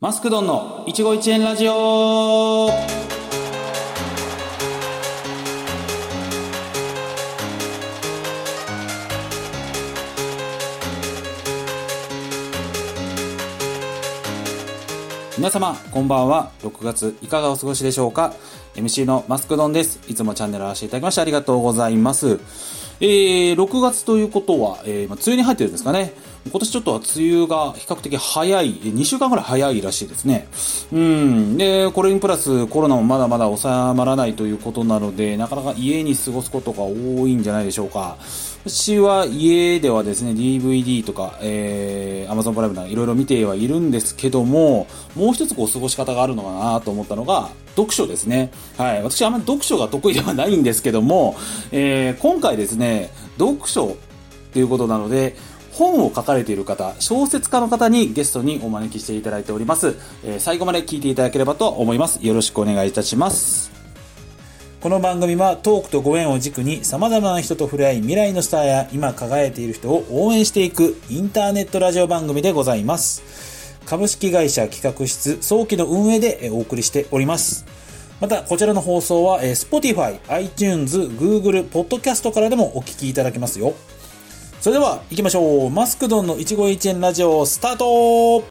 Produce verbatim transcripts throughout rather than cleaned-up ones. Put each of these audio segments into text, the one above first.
マスクドンの一期一会ラジオ。皆様こんばんは。ろくがついかがお過ごしでしょうか。 エムシー のマスクドンです。いつもチャンネルをしていただきましてありがとうございます。えー、ろくがつということは、えーまあ、梅雨に入ってるんですかね。今年ちょっと梅雨が比較的早い、にしゅうかんぐらい早いらしいですね。うん。で、これにプラスコロナもまだまだ収まらないということなので、なかなか家に過ごすことが多いんじゃないでしょうか。私は家ではですね、ディーブイディー とか、えー、Amazon プライムなんかいろいろ見てはいるんですけども、もう一つこう過ごし方があるのかなと思ったのが、読書ですね。はい。私はあんまり読書が得意ではないんですけども、えー、今回ですね、読書ということなので、本を書かれている方、小説家の方にゲストにお招きしていただいております。えー、最後まで聞いていただければと思います。よろしくお願いいたします。この番組はトークとご縁を軸に様々な人と触れ合い、未来のスターや今輝いている人を応援していくインターネットラジオ番組でございます。株式会社企画室早期の運営でお送りしております。またこちらの放送は Spotify、iTunes、Google、Podcast からでもお聞きいただけますよ。それでは行きましょう。マスクドンの一期一会ラジオスタート。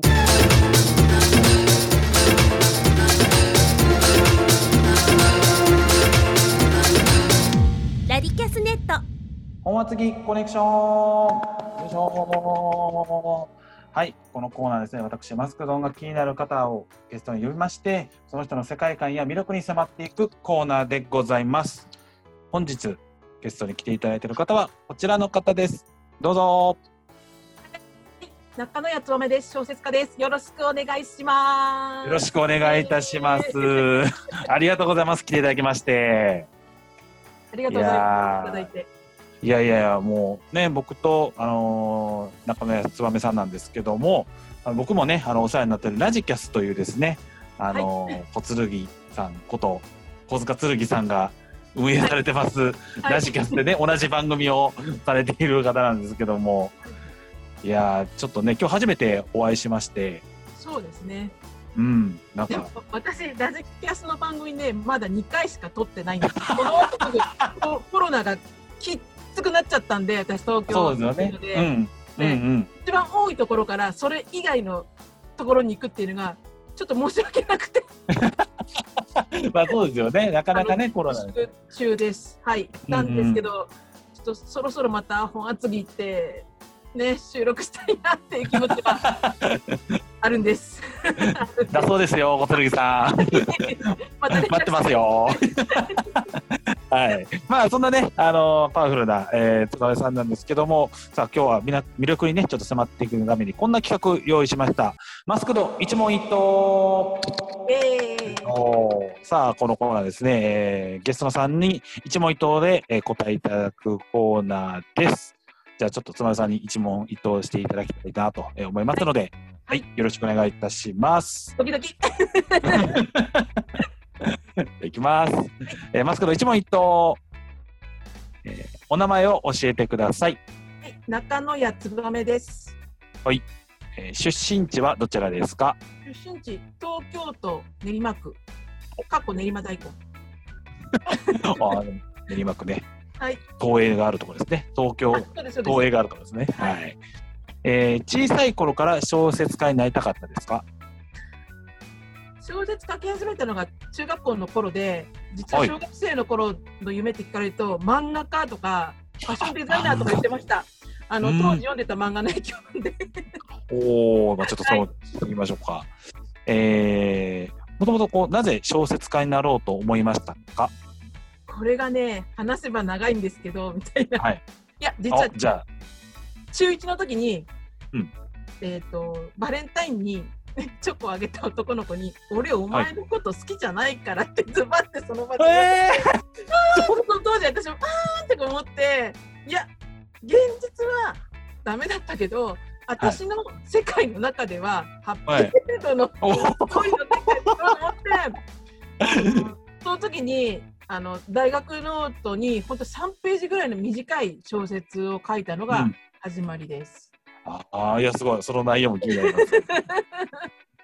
ラディキャスネット本厚木コネクション。よいしょ。はい、このコーナーですね、私マスクドンが気になる方をゲストに呼びまして、その人の世界観や魅力に迫っていくコーナーでございます。本日ゲストに来ていただいている方はこちらの方です。どうぞ。 中野谷つばめです。小説家です。よろしくお願いします。 よろしくお願いいたします。ありがとうございます。来ていただきまして。 ありがとうございます。いただいて。 いやいやいや、もうね、僕と、あのー、中野谷つばめさんなんですけども、あの僕もね、あのお世話になっているラジキャスというですね、あのーはい、小剣さんこと小塚剣さんが運営されてます、はい、ラジキャスでね、同じ番組をされている方なんですけども、いやちょっとね、今日初めてお会いしまして。 そうですね。 うん、なんか私ラジキャスの番組ね、まだにかいしか撮ってないんですけど、この後コロナがきつくなっちゃったんで、私東京そうですよね。うんうんうん、 一番多いところからそれ以外のところに行くっていうのがちょっと申し訳なくて。 まあそうですよね。なかなかねコロナ中です。はい。なんですけど、うんうん、ちょっとそろそろまた本厚木行ってね収録したいなっていう気持ちがあるんです。 だそうですよ、小剣さん。 またね、 待ってますよ。はい。まあそんなね、あのー、パワフルな、えー、つばめさんなんですけども、さあ今日はみな魅力にねちょっと迫っていくためにこんな企画用意しました。マスクド一問一答。 えー、 おさあこのコーナーですね、えー、ゲストのさんに一問一答で、えー、答えいただくコーナーです。じゃあちょっとつばめさんに一問一答していただきたいなと思いますので、はい、はい、よろしくお願いいたします。 ドキドキ。 いきます、えー、マスクド一問一答、えー、お名前を教えてください。 はい、中野谷つばめです。 はい、えー、出身地はどちらですか？ 出身地東京都練馬区、かっこ練馬大根。 あ練馬区ね、 はい、 東映があるところですね。東京東映があるところですね。はい、はい、えー、小さい頃から小説家になりたかったですか？ 小説書き始めたのが中学校の頃で、実は小学生の頃の夢って聞かれると、漫画家とかファッションデザイナーとか言ってました。あの当時読んでた漫画の影響で。 おお、まあちょっとそう言いましょうか。はい、えー、もともとこうなぜ小説家になろうと思いましたか？ これがね、話せば長いんですけどみたいな。はい、いや実はじゃあ中いちの時に、 うん、 えっとバレンタインにチョコをあげた男の子に、俺お前のこと好きじゃないからってズバってその場で、えー、その当時私もあーって思って、いや現実はダメだったけど、私の世界の中ではハッピーエンドの恋の世界だと思って、その時にあの大学ノートに本当さんページぐらいの短い小説を書いたのが始まりです。 うん、ああ、いやすごい、その内容も気になります。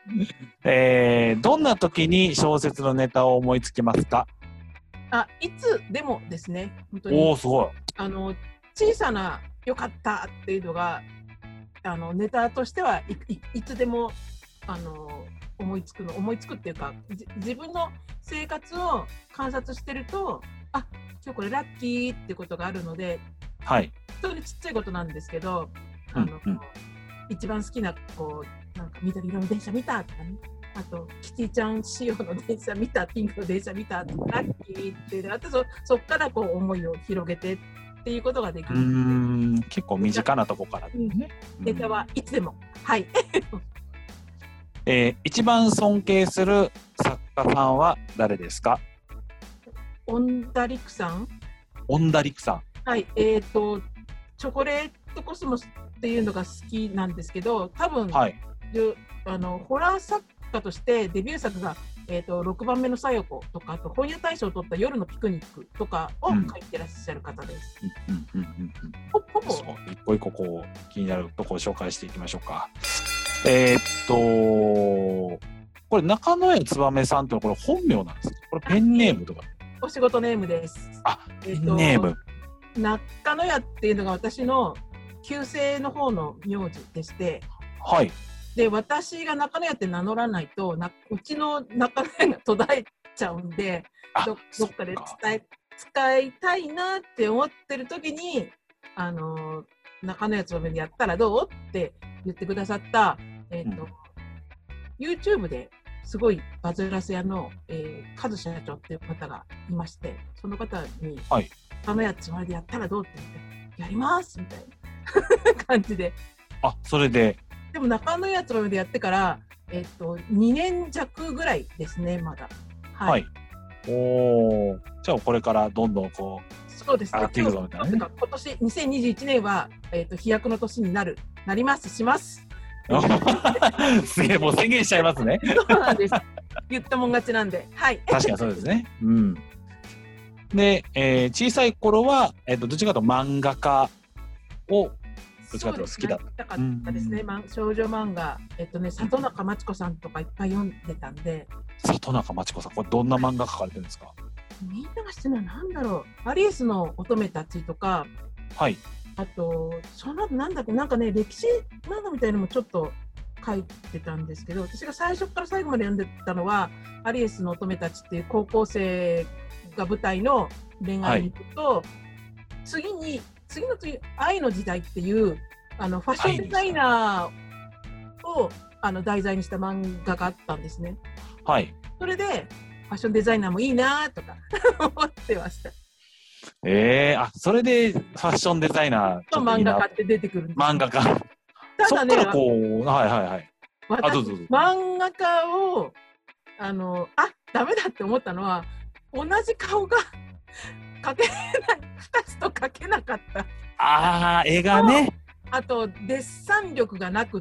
えー、どんな時に小説のネタを思いつきますか？ あ、いつでもですね、本当に。 おー、すごい。 あの小さな良かったっていうのがあのネタとしてはいい、いつでもあの思いつくの思いつくっていうか、じ自分の生活を観察してると、あ、今日これラッキーってことがあるので、 はい。 本当にちっちゃいことなんですけど、あの、 うんうん、 一番好きなこうなんか緑色の電車見たとかね、あとキティちゃん仕様の電車見た、ピンクの電車見たとか、ラッキーってで、あと そ, そっからこう思いを広げてっていうことができる。うーん、結構身近なとこからね。 うん、ネタはいつでも、はい。 えー、一番尊敬する作家さんは誰ですか？ オンダリクさん。 オンダリクさん。 はい、えっ、ー、とチョコレートコスモスっていうのが好きなんですけど、多分、はい、あのホラー作家としてデビュー作が、えー、とろくばんめのさよこ、とか、あと本屋大賞を取った夜のピクニックとかを書いてらっしゃる方です。 ほぼ一個一個こう気になるところを紹介していきましょうか。えー、っとこれ中野谷燕さんってこれ本名なんですか？これペンネームとか？ お仕事ネームです。 あ、ペンネーム。 中野屋っていうのが私の旧姓の方の名字でして、 はい。 で、私が中野屋って名乗らないと、なうちの中野屋が途絶えちゃうんで、ど, どっかで伝え使いたいなって思ってる時に、あの中野屋つばめでやったらどうって言ってくださった、えーとうん、YouTube ですごいバズらせ屋の、えー、カズ社長っていう方がいまして、その方に、はい、中野屋つばめでやったらどうって言ってやりますみたいな感じで。 あ、それででも中野やつまでやってから、えっと、にねん弱ぐらいですね、まだ。はい。はい、 おー、じゃあこれからどんどんこう、 そうですね。 上がっていくぞみたいな、ね。 今年にせんにじゅういちねんは、えっと、飛躍の年になる、なります、します。 すげえ、もう宣言しちゃいますね。 そうなんです。言ったもん勝ちなんで。はい。 確かにそうですね。うん。で、えー、小さい頃は、えっと、どっちかというと漫画家を、どっちかというと好きだった。 好きだったですね、うん、少女漫画、えっとね、里中真知子さんとかいっぱい読んでたんで。 里中真知子さん、これどんな漫画書かれてるんですか？ みんなが知ってるのは何だろう、アリエスの乙女たちとか、 はい、 あとそのなんだっけ、なんかね、歴史漫画みたいなのもちょっと書いてたんですけど、私が最初から最後まで読んでたのはアリエスの乙女たちっていう高校生が舞台の恋愛と、はい、次に次の次愛の時代っていうあのファッションデザイナーをあの題材にした漫画があったんですね。 はい。 それでファッションデザイナーもいいなとか思ってました。 ええー、あ、それでファッションデザイナーと漫画家って出てくるんです。 漫画家。ただね、そっからこう、はいはいはい。 私、あ、どうぞどうぞ。漫画家をあのあダメだって思ったのは、同じ顔が描けない、ふたつと描けなかった。 ああ、絵がね。 あとデッサン力がなくって、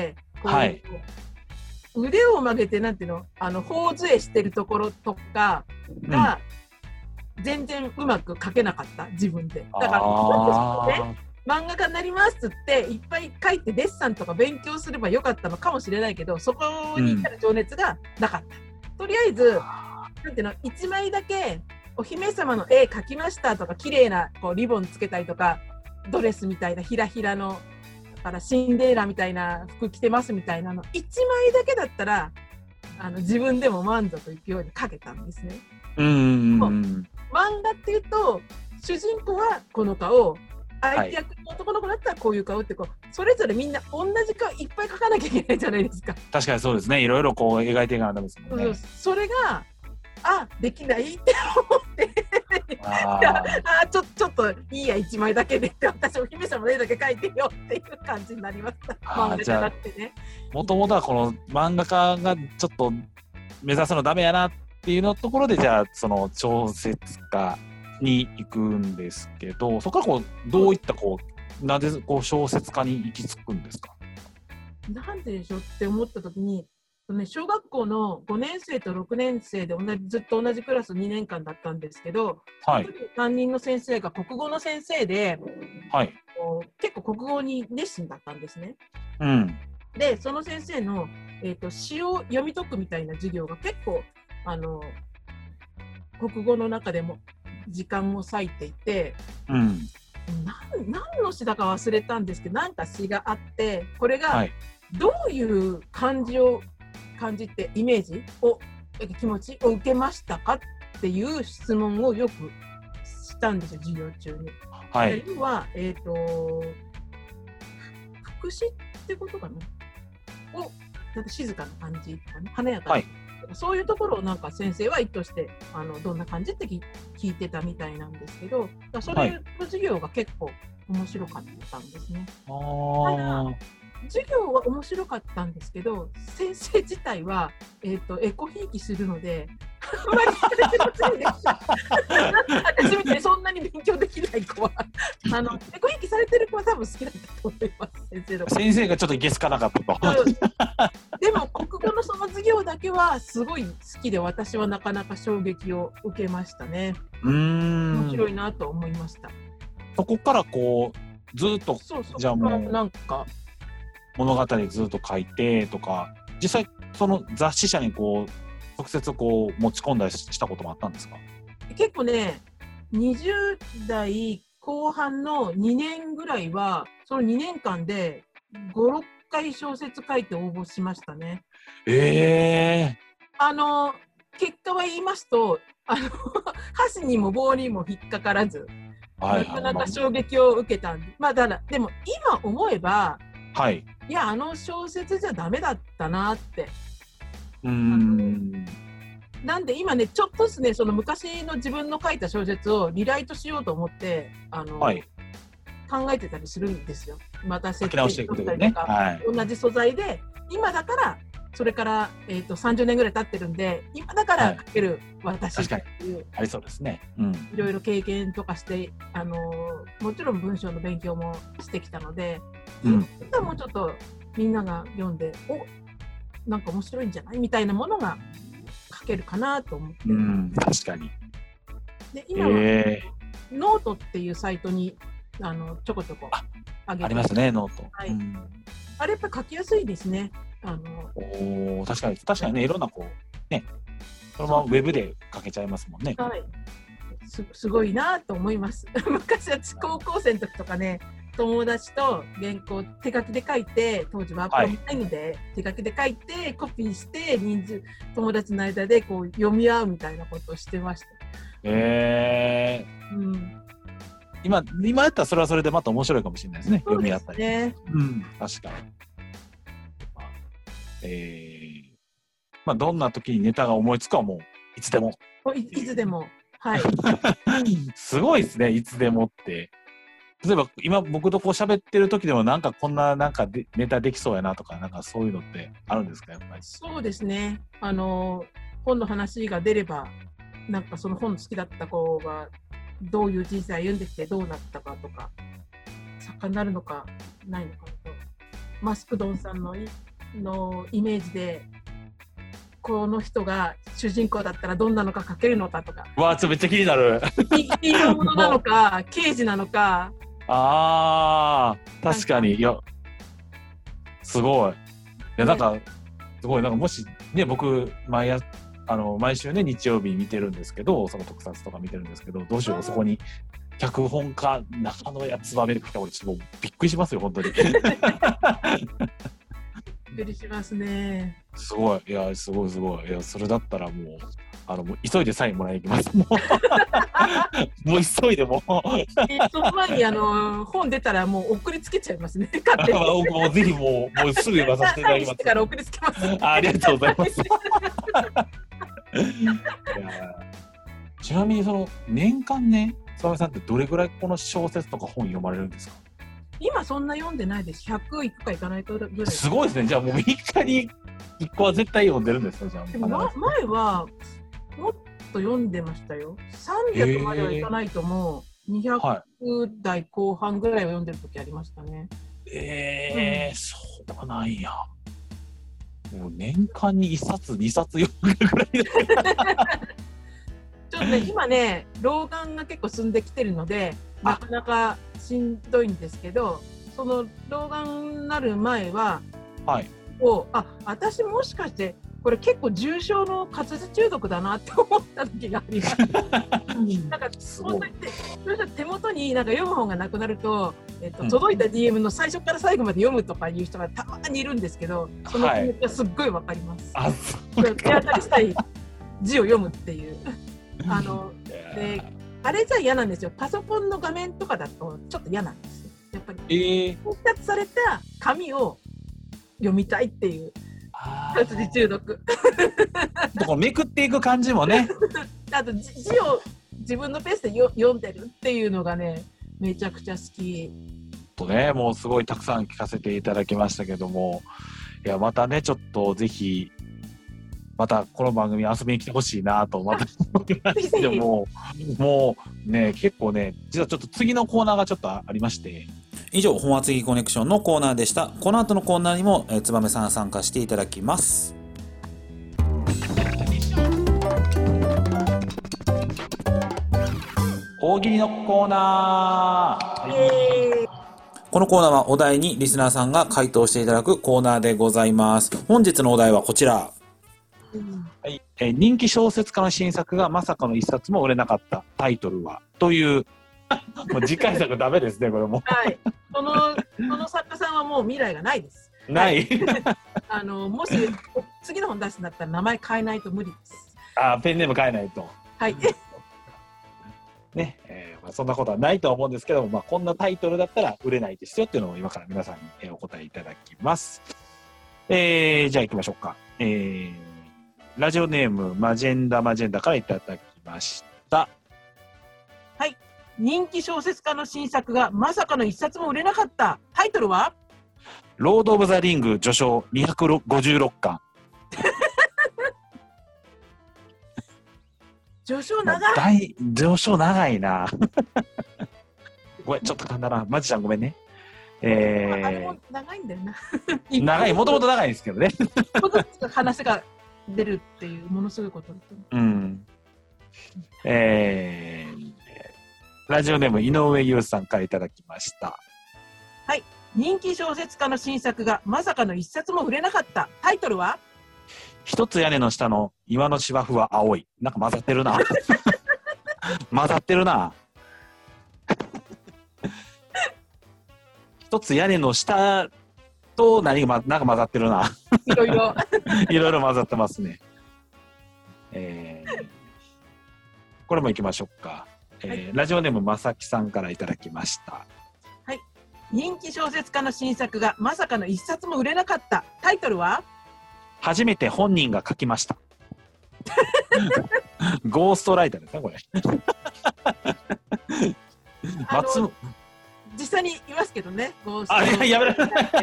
こう、 はい、 腕を曲げてなんていうの、あの頬杖してるところとかが、うん、全然うまく描けなかった、自分で。だから、ね、漫画家になりますっていっぱい描いてデッサンとか勉強すればよかったのかもしれないけど、そこに至る情熱がなかった。うん、とりあえずなんていうの、いちまいだけお姫様の絵描きましたとか、綺麗なこうリボンつけたりとか、ドレスみたいなひらひらの、だからシンデレラみたいな服着てますみたいなのいちまいだけだったら、あの自分でも満足いくように描けたんですね。 うんうんうん、 漫画っていうと主人公はこの顔、相手役の男の子だったらこういう顔ってこう、それぞれみんな同じ顔いっぱい描かなきゃいけないじゃないですか。 確かにそうですね。いろいろこう描いていかないとダメですもんね。 そうそう、それがあできないって思ってああちょちょっといいやいちまいだけでって私お姫様の絵だけ描いてよっていう感じになりました。漫画じゃなくてね。 もともとはこの漫画家がちょっと目指すのダメやなっていうのところで、じゃあその小説家に行くんですけど、そこからこうどういったこうなぜこう小説家に行き着くんですか？ なんででしょうって思った時に、小学校のごねん生とろくねん生で同じずっと同じクラスにねんかんだったんですけど、はい、担任の先生が国語の先生で、はい、結構国語に熱心だったんですね。うん、でその先生のえーと、詩を読み解くみたいな授業が結構あの国語の中でも時間を割いていて、 うん、 何, 何の詩だか忘れたんですけど、なんか詩があって、これがどういう感じを感じてイメージを気持ちを受けましたかっていう質問をよくしたんですよ、授業中に。はい、要は、えーと、福祉ってことかなをなんか静かな感じとかね、華やかな、はい、そういうところをなんか先生は意図してあのどんな感じって聞いてたみたいなんですけど、それの授業が結構面白かったんですね。はい、ただ授業は面白かったんですけど、先生自体は、えーと、エコひいきするのであんまりされてませんでした私みたいにそんなに勉強できない子はあのエコひいきされてる子は多分好きだったと思います。先生の先生がちょっといけすかなかったとでも国語のその授業だけはすごい好きで、私はなかなか衝撃を受けましたね。うーん、面白いなと思いました。 そこからこうずっとそうそう、 じゃあもうなんか物語ずっと書いてとか、実際その雑誌社にこう直接こう持ち込んだりしたこともあったんですか？ 結構ね、にじゅう代後半のにねんぐらいはそのにねんかんでご、ろっかい小説書いて応募しましたね。えー、あの結果は言いますと、あの箸にも棒にも引っかからず、はいはい、なかなか衝撃を受けたんで、まあ、だからでも今思えば、はい、いやあの小説じゃダメだったなって。うーん、なんで今ね、ちょっとですね、その昔の自分の書いた小説をリライトしようと思ってあの、はい、考えてたりするんですよ。また設定取ったりとか、はい、同じ素材で今だからそれから、えー、とさんじゅうねんぐらい経ってるんで、今だから書ける私っていう、はい、ありそうですね、うん、いろいろ経験とかして、あのー、もちろん文章の勉強もしてきたので、うん、もうちょっとみんなが読んで、お、なんか面白いんじゃないみたいなものが書けるかなと思って、うん、確かに。で今は、えー、ノートっていうサイトにあのちょこちょこあげて あ, ありますね、ノート、はい、うん、あれやっぱ書きやすいですね。あのお確かに確かにね、いろんなこうね、そのままウェブで書けちゃいますもんね。はい、す, すごいなと思います昔は高校生の時とかね、友達と原稿手書きで書いて、当時はアップルタイムで手書きで書いて、はい、コピーして人数友達の間でこう読み合うみたいなことをしてました。へー、うん、今, 今やったらそれはそれでまた面白いかもしれないですね。そうですね、読み合ったり、うん、確かに。えーまあ、どんな時にネタが思いつくかはもういつでも い, いつでも、はいすごいですね、いつでもって。例えば今僕とこう喋ってる時でもなんかこんななんかでネタできそうやなとか、なんかそういうのってあるんですか？やっぱりそうですね、あの本の話が出れば、なんかその本好きだった子がどういう人生歩んできてどうなったかとか、作家になるのかないのかと、マスクドンさんののイメージでこの人が主人公だったらどんなのか書けるのかとか。わあ、ちょっとめっちゃ気になる。ヒーローものなのか刑事なのか。あー、確かに。いやすごい。いやなんかすごい、なんかもしね、僕毎やあの毎週ね日曜日見てるんですけど、その特撮とか見てるんですけど、どうしよう、そこに脚本家中野やつばめるか、俺ちょっとびっくりしますよ本当に。びっくりしますね。すごい、いやすごいすごい。いやそれだったらもうあのもう急いでサインもらいに行きます。もうもう急いでもうその前にあの本出たらもう送りつけちゃいますね。勝手にもうぜひもうもうすぐ言わさせていただきます。から送りつけます。あ, ありがとうございます。いやちなみにその年間ね、澤部さんってどれぐらいこの小説とか本読まれるんですか？今そんな読んでないです。ひゃくいくかいかないかぐらい。すごいですね。じゃあもうみっかにいっこは絶対読んでるんですか？じゃあでも、ま、前はもっと読んでましたよ。さんびゃくまではいかないともうにひゃく代後半ぐらいは読んでる時ありましたね。えー、うん、そうなんや。もう年間にいっさつにさつ読むぐらいちょっとね、今ね老眼が結構進んできてるのでなかなかしんどいんですけど、その老眼になる前は、はい、 構あ私もしかしてこれ結構重症の活字中毒だなって思った時があります。なんか本当にそれじゃ手元になんか読む本がなくなると、えっと、届いた ディーエム の最初から最後まで読むとかいう人がたまにいるんですけど、その気持ちはすっごいわかります。はい、手当たりしたい字を読むっていうあのであれじゃ嫌なんですよ。パソコンの画面とかだとちょっと嫌なんですよ。やっぱり印刷された紙を読みたいっていう活字中毒。 めくっていく感じもね。 あと字を自分のペースでよ読んでるっていうのがねめちゃくちゃ好き。 とね、もうすごいたくさん聞かせていただきましたけども、いやまたねちょっとぜひまたこの番組遊びに来てほしいなとまた思いましてももうね結構ね実はちょっと次のコーナーがちょっとありまして。 以上本厚木コネクションのコーナーでした。この後のコーナーにもえつばめさん参加していただきます。 大喜利のコーナー、はい、 このコーナーはお題にリスナーさんが回答していただくコーナーでございます。本日のお題はこちら、 はい、えー、人気小説家の新作がまさかの一冊も売れなかったタイトルはというもう次回作ダメですねこれも。 はい。このこの作家さんはもう未来がないです。 ない。 はい、あのもし次の本出すんだったら名前変えないと無理です。 あ、ペンネーム変えないと。 はい。 ね、えーまあ、そんなことはないとは思うんですけども、まあ、こんなタイトルだったら売れないですよっていうのを今から皆さんに、えー、お答えいただきます。えー、じゃあ行きましょうか。えー、ラジオネームマジェンダマジェンダからいただきました。 はい。人気小説家の新作がまさかの一冊も売れなかったタイトルはロード・オブ・ザ・リング序章にひゃくごじゅうろっかん。 序章長い。 序章長いな。ごめんちょっと噛んだな。マジちゃんごめんね。えー、 あれも長いんだよな。 長い、もともと長いんですけどね。 話が出るっていうものすごいことだと思う。 うん。えーラジオネーム井上優さんからいただきました。 はい。人気小説家の新作がまさかの一冊も売れなかったタイトルは一つ屋根の下の岩の芝生は青い。なんか混ざってるな。混ざってるな。一つ屋根の下と何が、ま、なんか混ざってるな。 いろいろ。 いろいろ混ざってますね。えー、これも行きましょうか。えーはい、ラジオネームまさきさんからいただきました。 はい。人気小説家の新作がまさかの一冊も売れなかったタイトルは初めて本人が書きました。ゴーストライターですねこれ。 松の実際にいますけどね。ゴーストあいややめろ。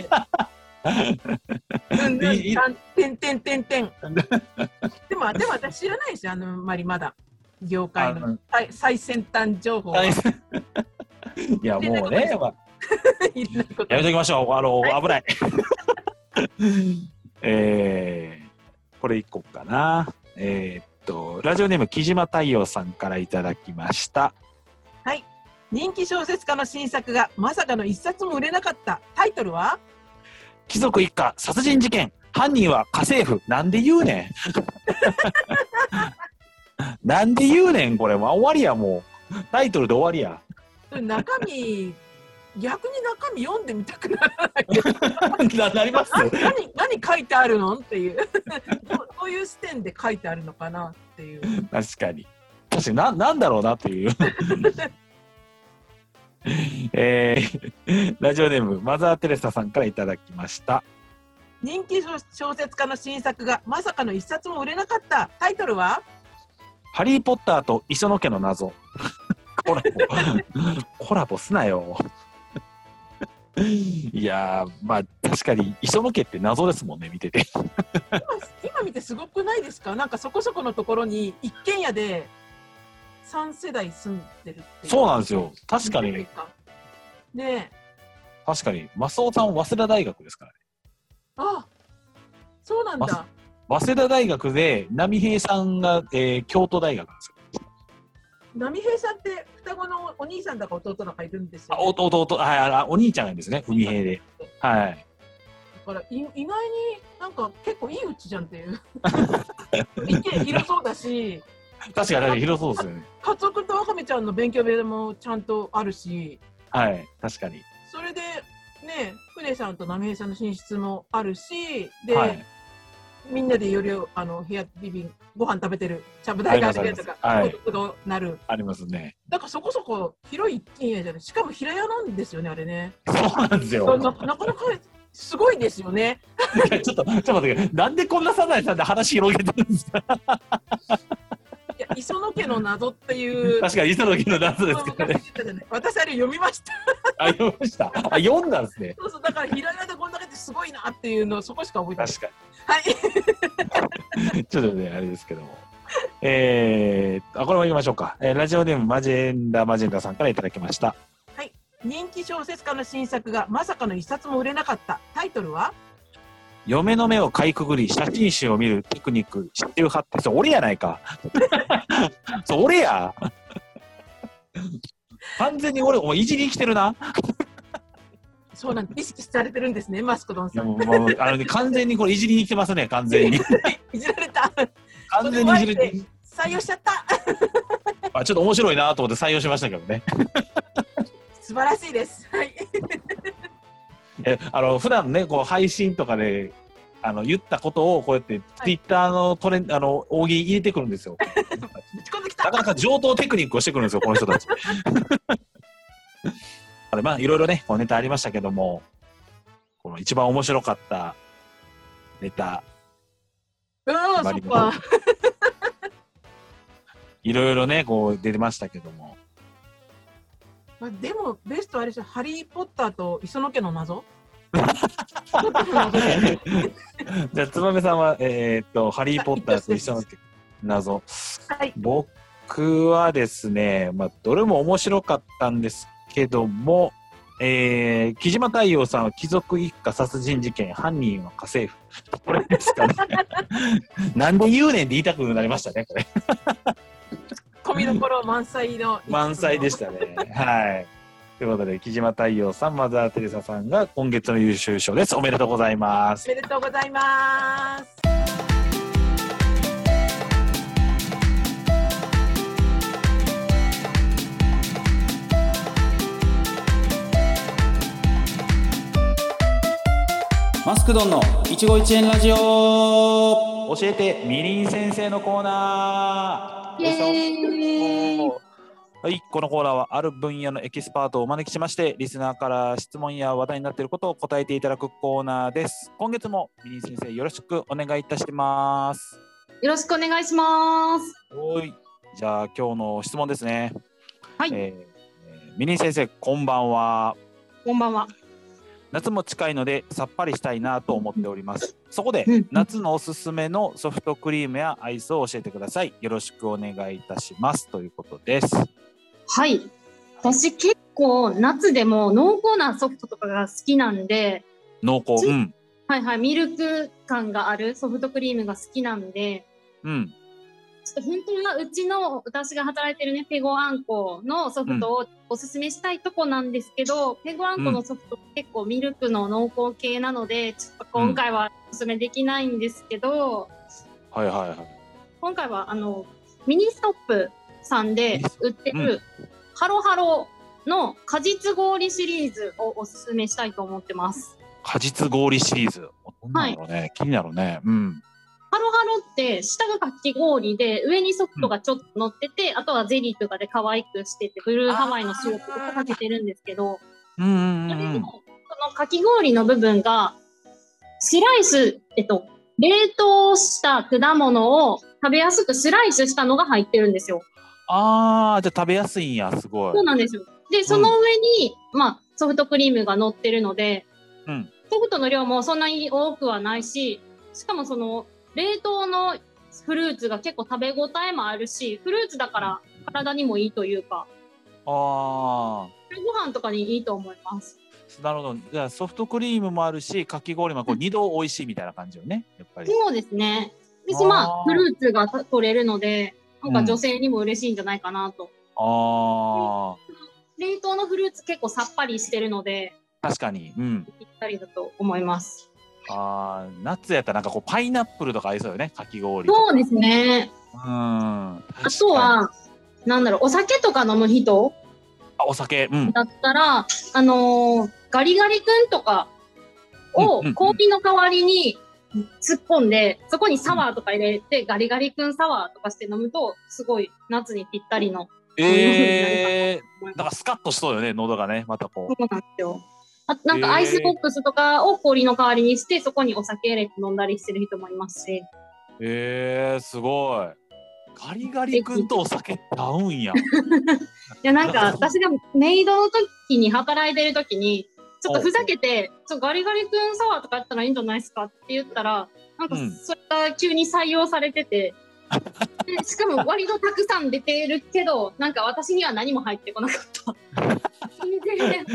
うんうんてんてんてんてん。でもでも私知らないですよあのまりまだ。業界の最先端情報は。いやもうね、まあ、やめときましょう。あの、はい、危ない。えー、これ一個かな。えー、っとラジオネーム木島太陽さんからいただきました。 はい。人気小説家の新作がまさかの一冊も売れなかったタイトルは貴族一家殺人事件。犯人は家政婦。なんで言うねん。なんで言うねんこれもう終わりやもうタイトルで終わりや。 中身逆に中身読んでみたくならないな, なります何, 何書いてあるのっていうどういう視点で書いてあるのかなっていう。 確かに確かに な, なんだろうなっていう、えー、ラジオネームマザー・テレサさんからいただきました。 人気小説家の新作がまさかの一冊も売れなかったタイトルはハリー・ポッターと磯野家の謎。コラボコラボすなよ。いやーまあ確かに磯野家って謎ですもんね見てて。今, 今見てすごくないですか。なんかそこそこのところに一軒家でさん世代住んでるっていう。 そうなんですよ確かにね。 確かにマスオさん早稲田大学ですからね。 あそうなんだ。 早稲田大学で波平さんが、えー、京都大学なんですよ。 波平さんって双子のお兄さんだか弟だかいるんですよ、ね。 あ弟はいあお兄ちゃんなんですね海平で。はい。 からい意外になんか結構いいうちじゃんっていう一見広そうだし、 確かに広そうですよね。 家族とわかめちゃんの勉強部屋もちゃんとあるし、 はい、確かに。 それでね、船さんと波平さんの寝室もあるし、で、 はい、みんなで夜あの部屋リビングご飯食べてるちゃぶ台がある部屋とか、 はい、 音が鳴る。 ありますね。 だからそこそこ広い一軒家じゃない。しかも平屋なんですよね、あれね。 そうなんですよ。 な, なかなかすごいですよね。 ちょっとちょっと待ってください。なんでこんなサザエさんで話広げてるんですか。 いや、磯野家の謎っていう。 確かに磯野家の謎ですからね。 私あれ読みました。 あ、読みました。あ、読んだんですね。 そうそう、だから平屋でこんだけってすごいなっていうのをそこしか覚えてない。 確かに。はい。 ちょっとね、あれですけども。えー、あ、これも行きましょうか。えー、ラジオネームマジェンダマジェンダさんからいただきました。 はい。人気小説家の新作がまさかの一冊も売れなかった。タイトルは？ 嫁の目をかいくぐり写真集を見るテクニック知ってる派って、そう俺やないか。そう俺や。完全に俺お前いじりに来てるな。 そうなんです。意識されてるんですね、マスコドンさん。 もうもうあの、ね、完全にこれいじりに来てますね、完全に。 いじられた。 完全にいじりに採用しちゃった。 あ、ちょっと面白いなと思って採用しましたけどね。 素晴らしいです。はい。 え、あの普段ねこう配信とかであの言ったことをこうやってツイッターのトレン、はい、あの大喜利入れてくるんですよ。なかなか上等テクニックをしてくるんですよこの人たち。あれまあいろいろねこうネタありましたけども、この一番面白かったネタ。 うん、そっか。 いろいろねこう出てましたけども。 まあ、でもベストあれでしょ、ハリー・ポッターと磯野家の謎。 じゃあつばめさんはえー、っとハリー・ポッターと磯野家の謎。 はい、 僕はですね、まあどれも面白かったんですけども、えー、木島太陽さんは貴族一家殺人事件、犯人は家政婦。これですかね。なんで言うねんって言いたくなりましたねこれ。 込みどころ満載の満載でしたね。はい。ということで木島太陽さん、マザー・テレサさんが今月の優秀賞です。おめでとうございます。 おめでとうございます。 マスクドンの一期一会ラジオ。 教えてみりん先生のコーナー。 イエーイ。 はい、このコーナーはある分野のエキスパートをお招きしまして、リスナーから質問や話題になっていることを答えていただくコーナーです。今月もみりん先生よろしくお願いいたします。 よろしくお願いします。 はい、じゃあ今日の質問ですね。 はい。 えー、みりん先生こんばんは。 こんばんは。 夏も近いのでさっぱりしたいなと思っております。そこで、 うん、 夏のおすすめのソフトクリームやアイスを教えてください。よろしくお願いいたしますということです。 はい。私結構夏でも濃厚なソフトとかが好きなんで。 濃厚。うん。 はいはい。ミルク感があるソフトクリームが好きなんで。 うん。 ちょっと本当はうちの私が働いてるねペゴあんこのソフトをおすすめしたいとこなんですけど、うん、ペゴあんこのソフト結構ミルクの濃厚系なのでちょっと今回はおすすめできないんですけど、 うん、はいはいはい。 今回はあのミニストップさんで売ってる、うん、ハロハロの果実氷シリーズをおすすめしたいと思ってます。 果実氷シリーズ、どんなのね、はい、気になるね。うん。 ハロハロって下がかき氷で上にソフトがちょっと乗ってて、うん、あとはゼリーとかで可愛くしててブルーハワイのシロップとかかけてるんですけど、 うんうんうん、 それでもそのかき氷の部分がスライス、えっと、冷凍した果物を食べやすくスライスしたのが入ってるんですよ。 あー、じゃあ食べやすいんや。すごい。 そうなんですよ。でその上に、うん、まあ、ソフトクリームが乗ってるので、 うん、 ソフトの量もそんなに多くはないし、しかもその冷凍のフルーツが結構食べ応えもあるし、フルーツだから体にもいいというか、 ああ、 ご飯とかにいいと思います。 なるほど。じゃあソフトクリームもあるし、かき氷もこう二度美味しいみたいな感じよね。やっぱり。 そうですね。で、まあフルーツが取れるので、なんか女性にも嬉しいんじゃないかなと。 うん、ああ。 冷凍のフルーツ結構さっぱりしてるので、 確かに。うん。 ぴったりだと思います。 あー夏やったらなんかこうパイナップルとか合いそうよね、かき氷。 そうですね。 うん。ああとは、なんだろう、お酒とか飲む人お酒、うん。 だったら、あのーガリガリ君とかをうんうんうん氷の代わりに突っ込んで、そこにサワーとか入れて、ガリガリ君サワーとかして飲むと、すごい夏にぴったりのえー、だからスカッとしそうよね、喉がね、またこう。 そうなんですよ。あなんかアイスボックスとかを氷の代わりにして、そこにお酒入れて飲んだりしてる人もいますし。 えー、すごい。ガリガリ君とお酒って合うんや。 いや、なんか私がメイドの時に働いてる時に、ちょっとふざけて、ちょガリガリ君サワーとかやったらいいんじゃないですかって言ったら、なんかそれが急に採用されてて、うん、でしかも割とたくさん出てるけど、なんか私には何も入ってこなかった。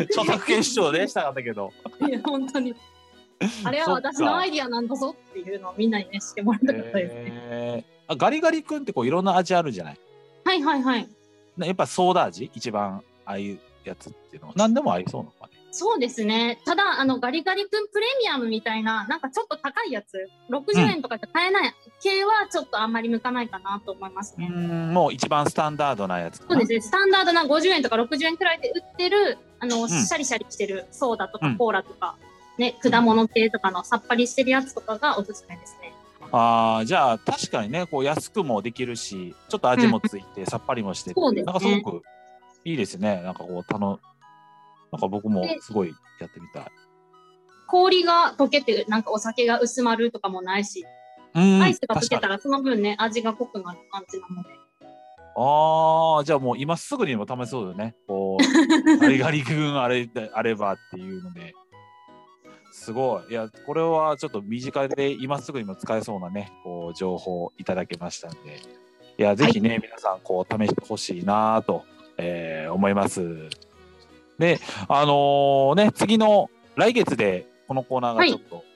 著作権主張でしたかったけど。 いや、本当に。あれは私のアイディアなんだぞっていうのをみんなにね、してもらいたかったですね。 えー、あガリガリ君ってこういろんな味あるじゃない。 はいはいはい。 やっぱソーダ味一番ああいうやつっていうのは何でも合いそうなのかね。 そうですね。ただあのガリガリ君プレミアムみたいななんかちょっと高いやつろくじゅうえんとかじゃ買えない系はちょっとあんまり向かないかなと思いますね。 うん、もう一番スタンダードなやつかな。 そうですね。スタンダードなごじゅうえんとかろくじゅうえんくらいで売ってるあの、うん、シャリシャリしてるソーダとかコーラとか、うん、ね果物系とかのさっぱりしてるやつとかがおすすめですね。 ああ、じゃあ確かにね、こう安くもできるし、ちょっと味もついて、うん、さっぱりもしてて、ね、なんかすごくいいですね。なんかこうたのなんか僕もすごいやってみたい。氷が溶けてなんかお酒が薄まるとかもないし、アイスが溶けたらその分ね味が濃くなる感じなので。 ああ、じゃあもう今すぐにも試せそうだよね。こうガリガリ君あれあればっていうので。すごい。いや、これはちょっと身近で今すぐにも使えそうなね、こう情報をいただけましたんで、いや、ぜひね、はい、皆さんこう試してほしいなと、えー、思います。で、あのー、ね、次の来月でこのコーナーがちょっと、はい、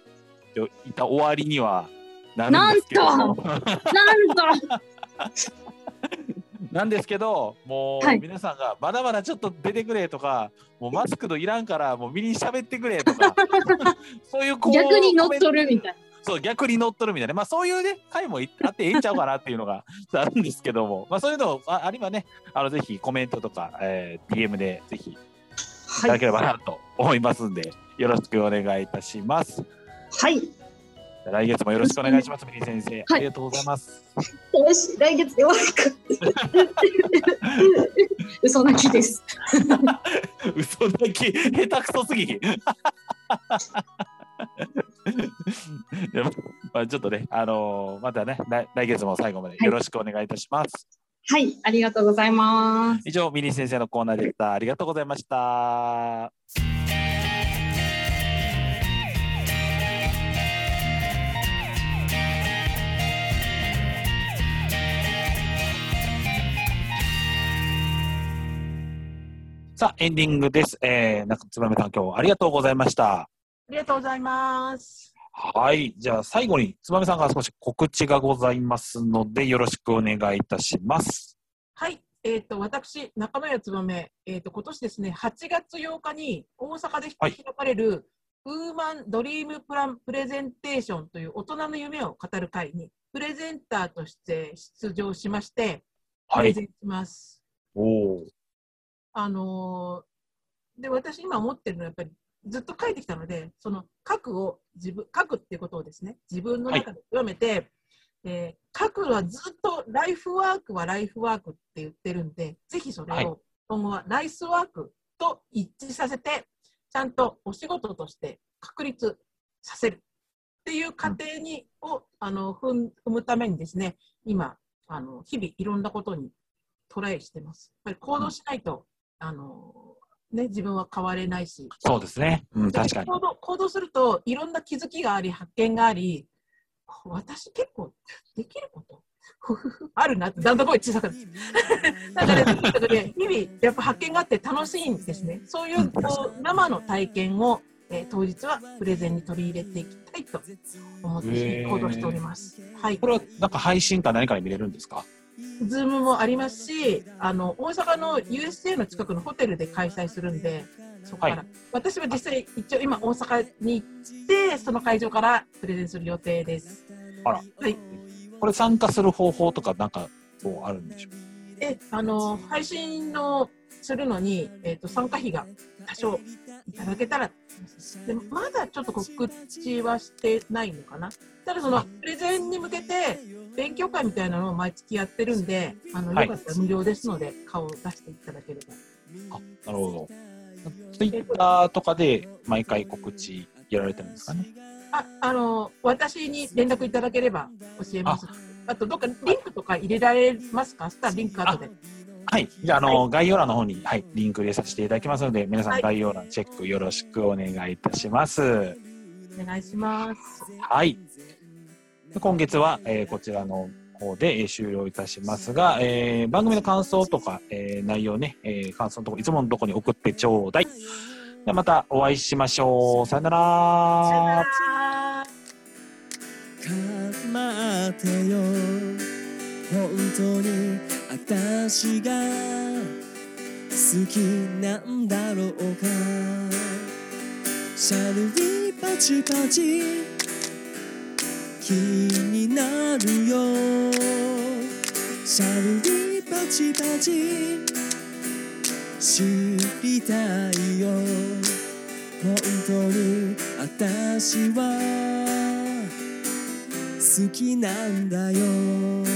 いた終わりにはなるんですけど、 なんとなんとなんですけど、もう皆さんがまだまだちょっと出てくれとか、もうマスクのいらんからもうミニ喋ってくれとか、そういうこう逆に乗っ取るみたいな。 そう、逆に乗っ取るみたいな、まあそういうね回もあってええんちゃうかなっていうのがあるんですけども、まあそういうのありばね、あのぜひコメントとか、えー、ディーエム でぜひいただければなと思いますんで、はい、よろしくお願いいたします。 はい。 来月もよろしくお願いします、ミリ先生、はい。ありがとうございます。 よし、来月で終わるか。嘘泣きです。 嘘泣き、下手くそすぎ。でもまあ、ちょっとね、あのー、またね、来月も最後までよろしくお願いいたします。 はい、はい、ありがとうございます。 以上、ミリ先生のコーナーでした。ありがとうございました。さあ、エンディングです。えー、中津豆さん、今日ありがとうございました。 ありがとうございます。 はい。じゃあ、最後に、つばめさんが少し告知がございますので、よろしくお願いいたします。 はい。えっと、私、中野屋つばめ、えっと、今年ですね、はちがつようかに大阪で開かれる、はい、ウーマンドリームプランプレゼンテーションという大人の夢を語る会に、プレゼンターとして出場しまして、プレゼンします。 はい、おー。 あのー、で私今思ってるのはやっぱりずっと書いてきたので、その書くを自分書くっていうことをですね、自分の中で極めて、はい、えー、書くのはずっとライフワークはライフワークって言ってるんで、ぜひそれを今後はライスワークと一致させて、ちゃんとお仕事として確立させるっていう過程に、うん、をあの踏むためにですね、今あの日々いろんなことにトライしてます。やっぱり行動しないと、うん、あのね、自分は変われないし。 そうですね。うん、確かに。 行動、行動するといろんな気づきがあり、発見があり、私結構できることあるなって、だんだん声小さくなってだからね、日々やっぱ発見があって楽しいんですね。そういうこう生の体験を、えー、当日はプレゼンに取り入れていきたいと思って行動しております。はい。 これはなんか配信か何かで見れるんですか？ ズームもありますし、あの大阪の ユーエスジェー の近くのホテルで開催するんで、 そこから、 はい、 私は実際一応今大阪に行ってその会場からプレゼンする予定です。 あら、 はい、 これ参加する方法とかなんかどうあるんでしょう。 えあの配信のするのに、えー、と参加費が多少いただけたらでまだちょっと告知はしてないのかな。ただそのプレゼンに向けて勉強会みたいなのを毎月やってるんで、あの、はい、よかったら無料ですので顔を出していただければ。 あ、なるほど。ツイッターとかで毎回告知やられてるんですかね。 あ、あの私に連絡いただければ教えます。 あ, あとどっかリンクとか入れられますか。したらリンク後で。 はい、じゃあ、あの、 はい、 概要欄の方に、はい、リンク入れさせていただきますので、皆さん概要欄チェックよろしくお願いいたします。 お願いします。 はい。今月は、えー、こちらの方で、えー、終了いたしますが、えー、番組の感想とか、えー、内容ね、えー、感想のところいつものところに送ってちょうだい。ではまたお会いしましょう。さよなら。 さよなら。 構ってよ、本当に私が好きなんだろうか。シャルリパチパチ気になるよ。シャルリパチパチ知りたいよ。本当に私は好きなんだよ。